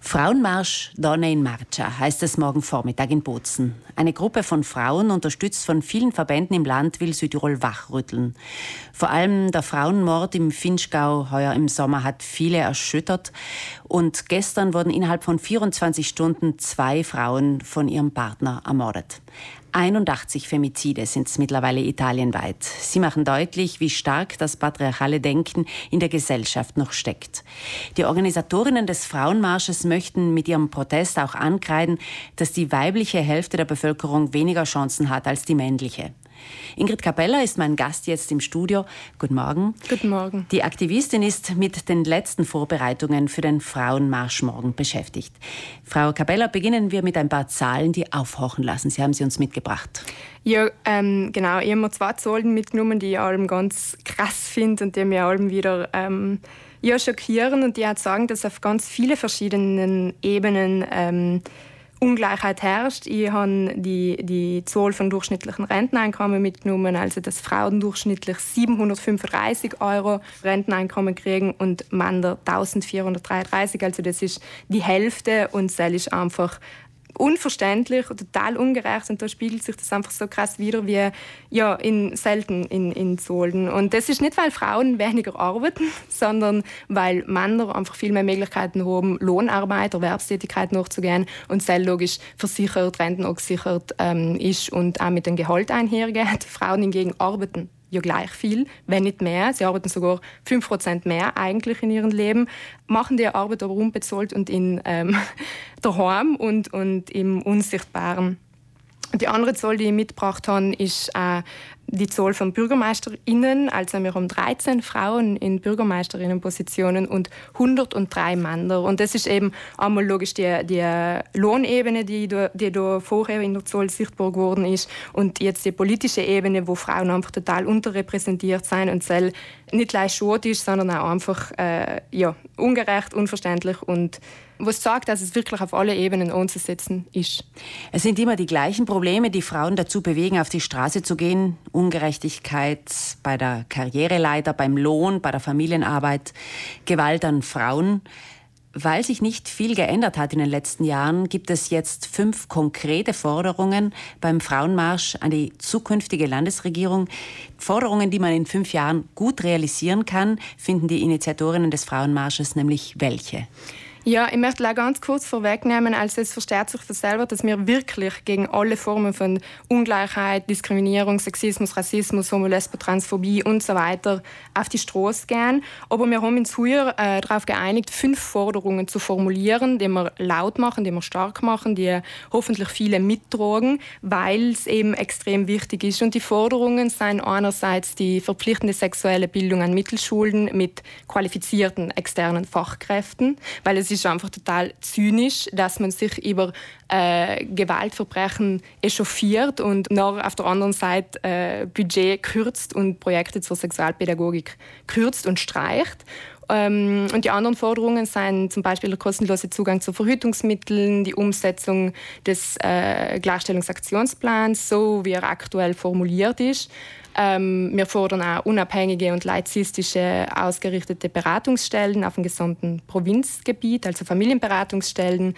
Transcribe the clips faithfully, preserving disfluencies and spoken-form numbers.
Frauenmarsch Donne in Marcia heißt es morgen Vormittag in Bozen. Eine Gruppe von Frauen, unterstützt von vielen Verbänden im Land, will Südtirol wachrütteln. Vor allem der Frauenmord im Vinschgau heuer im Sommer hat viele erschüttert. Und gestern wurden innerhalb von vierundzwanzig Stunden zwei Frauen von ihrem Partner ermordet. einundachtzig Femizide sind es mittlerweile italienweit. Sie machen deutlich, wie stark das patriarchale Denken in der Gesellschaft noch steckt. Die Organisatorinnen des Frauenmarsches möchten mit ihrem Protest auch ankreiden, dass die weibliche Hälfte der Bevölkerung weniger Chancen hat als die männliche. Ingrid Capella ist mein Gast jetzt im Studio. Guten Morgen. Guten Morgen. Die Aktivistin ist mit den letzten Vorbereitungen für den Frauenmarsch morgen beschäftigt. Frau Capella, beginnen wir mit ein paar Zahlen, die aufhorchen lassen. Sie haben sie uns mitgebracht. Ja, ähm, genau. Ich habe mir zwei Zahlen mitgenommen, die ich allem ganz krass finde und die mich allem wieder ähm, ja, schockieren. Und die auch sagen, dass auf ganz vielen verschiedenen Ebenen ähm, Ungleichheit herrscht. Ich habe die, die Zahl von durchschnittlichen Renteneinkommen mitgenommen, also dass Frauen durchschnittlich siebenhundertfünfunddreißig Euro Renteneinkommen kriegen und Männer eintausendvierhundertdreiunddreißig. Also das ist die Hälfte und das ist einfach unverständlich, total ungerecht, und da spiegelt sich das einfach so krass wider wie ja, in, selten in, in Zahlen. Und das ist nicht, weil Frauen weniger arbeiten, sondern weil Männer einfach viel mehr Möglichkeiten haben, Lohnarbeit, Erwerbstätigkeit nachzugehen und sehr logisch versichert, rentengesichert ähm, ist und auch mit dem Gehalt einhergeht. Frauen hingegen arbeiten ja gleich viel, wenn nicht mehr. Sie arbeiten sogar fünf Prozent mehr eigentlich in ihrem Leben, machen die Arbeit aber unbezahlt und in ähm, daheim und, und im Unsichtbaren. Die andere Zahl, die ich mitgebracht habe, ist äh, die Zahl von BürgermeisterInnen. Also wir haben dreizehn Frauen in Bürgermeisterinnenpositionen und hundertdrei Männer. Und das ist eben einmal logisch die, die Lohnebene, die da, die da vorher in der Zahl sichtbar geworden ist, und jetzt die politische Ebene, wo Frauen einfach total unterrepräsentiert sind und das nicht leicht schuld ist, sondern auch einfach äh, ja, ungerecht, unverständlich und was sagt, dass es wirklich auf alle Ebenen umzusetzen ist. Es sind immer die gleichen Probleme, die Frauen dazu bewegen, auf die Straße zu gehen. Ungerechtigkeit bei der Karriereleiter, beim Lohn, bei der Familienarbeit, Gewalt an Frauen. Weil sich nicht viel geändert hat in den letzten Jahren, gibt es jetzt fünf konkrete Forderungen beim Frauenmarsch an die zukünftige Landesregierung. Forderungen, die man in fünf Jahren gut realisieren kann, finden die Initiatorinnen des Frauenmarsches nämlich welche? Ja, ich möchte auch ganz kurz vorwegnehmen, also es versteht sich von selber, dass wir wirklich gegen alle Formen von Ungleichheit, Diskriminierung, Sexismus, Rassismus, Homo, Lesbo, Transphobie und so weiter auf die Straße gehen. Aber wir haben uns früher äh, darauf geeinigt, fünf Forderungen zu formulieren, die wir laut machen, die wir stark machen, die hoffentlich viele mittragen, weil es eben extrem wichtig ist. Und die Forderungen sind einerseits die verpflichtende sexuelle Bildung an Mittelschulen mit qualifizierten externen Fachkräften, weil es ist einfach total zynisch, dass man sich über äh, Gewaltverbrechen echauffiert und noch auf der anderen Seite äh, Budget kürzt und Projekte zur Sexualpädagogik kürzt und streicht. Ähm, und die anderen Forderungen sind zum Beispiel der kostenlose Zugang zu Verhütungsmitteln, die Umsetzung des äh, Gleichstellungsaktionsplans, so wie er aktuell formuliert ist. Ähm, wir fordern auch unabhängige und laizistische ausgerichtete Beratungsstellen auf dem gesamten Provinzgebiet, also Familienberatungsstellen.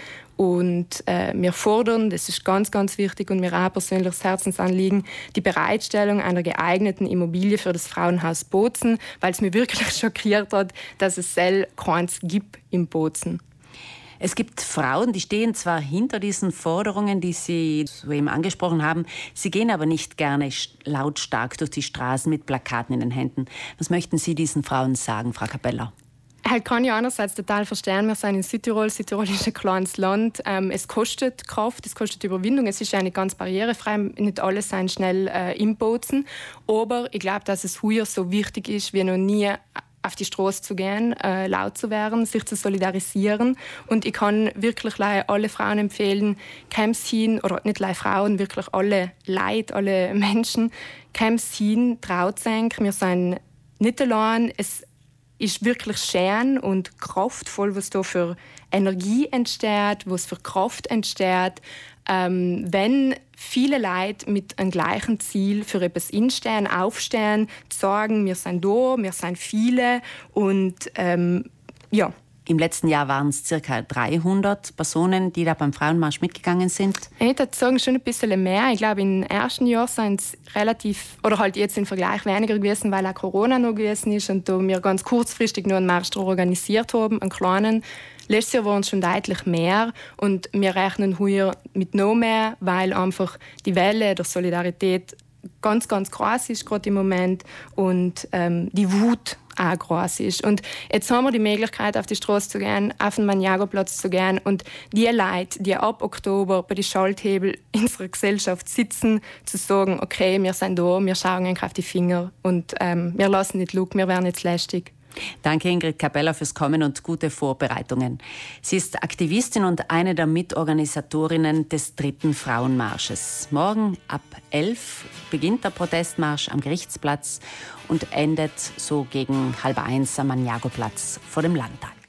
Und äh, wir fordern, das ist ganz, ganz wichtig und mir auch persönliches Herzensanliegen, die Bereitstellung einer geeigneten Immobilie für das Frauenhaus Bozen, weil es mich wirklich schockiert hat, dass es sel keins gibt im Bozen. Es gibt Frauen, die stehen zwar hinter diesen Forderungen, die Sie soeben angesprochen haben, sie gehen aber nicht gerne lautstark durch die Straßen mit Plakaten in den Händen. Was möchten Sie diesen Frauen sagen, Frau Capella? Ich kann ja einerseits total verstehen, wir sind in Südtirol, Südtirol ist ein kleines Land. Ähm, es kostet Kraft, es kostet Überwindung, es ist ja nicht ganz barrierefrei, nicht alle sind schnell äh, im Bozen. Aber ich glaube, dass es hier so wichtig ist wie noch nie, auf die Straße zu gehen, äh, laut zu werden, sich zu solidarisieren. Und ich kann wirklich alle Frauen empfehlen, kommt hin, oder nicht alle Frauen, wirklich alle Leute, alle Menschen, kommt hin, traut sich. Wir sind nicht allein. Es ist wirklich schön und kraftvoll, was da für Energie entsteht, was für Kraft entsteht, ähm, wenn viele Leute mit einem gleichen Ziel für etwas einstehen, aufstehen, sagen, wir sind da, wir sind viele und ähm, ja. Im letzten Jahr waren es ca. dreihundert Personen, die da beim Frauenmarsch mitgegangen sind. Ich würde sagen, schon ein bisschen mehr. Ich glaube, im ersten Jahr sind es relativ, oder halt jetzt im Vergleich weniger gewesen, weil auch Corona noch gewesen ist und da wir ganz kurzfristig nur einen Marsch organisiert haben, einen kleinen. Letztes Jahr waren es schon deutlich mehr und wir rechnen heuer mit noch mehr, weil einfach die Welle der Solidarität ganz, ganz groß ist gerade im Moment und ähm, die Wut auch groß ist. Und jetzt haben wir die Möglichkeit, auf die Straße zu gehen, auf den Maniago-Platz zu gehen und die Leute, die ab Oktober bei den Schalthebel unserer Gesellschaft sitzen, zu sagen, okay, wir sind da, wir schauen einfach auf die Finger und ähm, wir lassen nicht Lug, wir werden jetzt lästig. Danke Ingrid Capella fürs Kommen und gute Vorbereitungen. Sie ist Aktivistin und eine der Mitorganisatorinnen des dritten Frauenmarsches. Morgen ab elf beginnt der Protestmarsch am Gerichtsplatz und endet so gegen halb eins am Maniago-Platz vor dem Landtag.